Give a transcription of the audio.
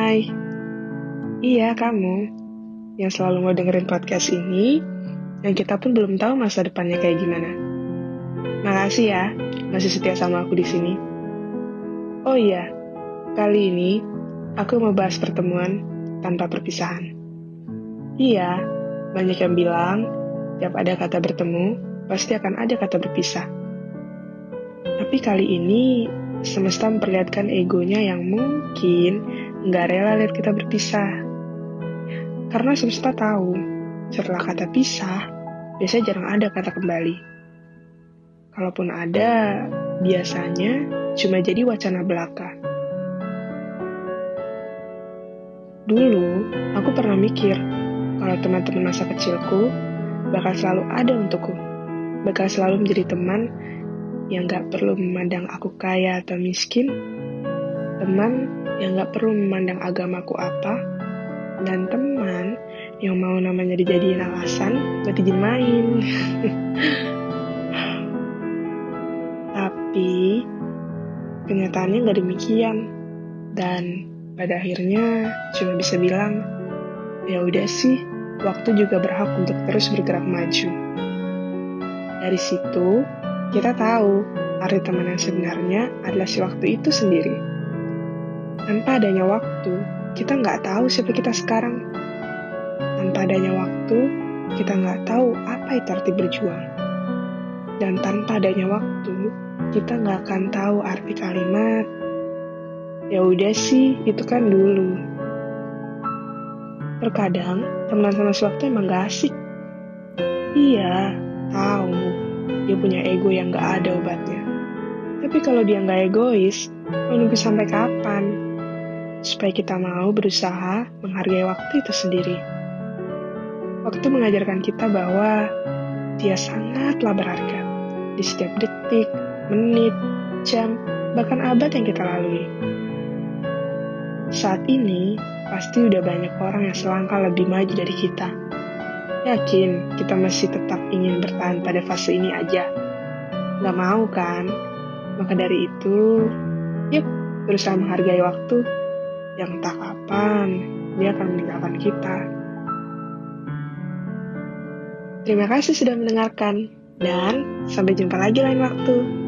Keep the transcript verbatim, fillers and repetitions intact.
Hai, iya kamu yang selalu mau dengerin podcast ini, yang kita pun belum tahu masa depannya kayak gimana. Makasih ya, masih setia sama aku di sini. Oh iya, kali ini aku mau bahas pertemuan tanpa perpisahan. Iya, banyak yang bilang, tiap ada kata bertemu, pasti akan ada kata berpisah. Tapi kali ini, semesta memperlihatkan egonya yang mungkin nggak rela lihat kita berpisah. Karena semesta tahu, setelah kata pisah, biasanya jarang ada kata kembali. Kalaupun ada, biasanya cuma jadi wacana belaka. Dulu, aku pernah mikir, kalau teman-teman masa kecilku bakal selalu ada untukku. Bakal selalu menjadi teman yang gak perlu memandang aku kaya atau miskin. Teman yang gak perlu memandang agamaku apa. Dan teman yang mau namanya dijadiin alasan buat izin main. Tapi kenyataannya gak demikian. Dan pada akhirnya cuma bisa bilang, ya udah sih, waktu juga berhak untuk terus bergerak maju. Dari situ, kita tahu arti teman yang sebenarnya adalah si waktu itu sendiri. Tanpa adanya waktu, kita nggak tahu siapa kita sekarang. Tanpa adanya waktu, kita nggak tahu apa itu arti berjuang. Dan tanpa adanya waktu, kita nggak akan tahu arti kalimat, ya udah sih, itu kan dulu. Terkadang, teman sama sewaktu emang gak asik. Iya, tahu. Dia punya ego yang gak ada obatnya. Tapi kalau dia gak egois, mau nunggu sampai kapan? Supaya kita mau berusaha menghargai waktu itu sendiri. Waktu mengajarkan kita bahwa dia sangatlah berharga. Di setiap detik, menit, jam, bahkan abad yang kita lalui. Saat ini, pasti udah banyak orang yang selangkah lebih maju dari kita. Yakin kita masih tetap ingin bertahan pada fase ini aja. Gak mau kan? Maka dari itu, yuk berusaha menghargai waktu yang entah kapan dia akan meninggalkan kita. Terima kasih sudah mendengarkan, dan sampai jumpa lagi lain waktu.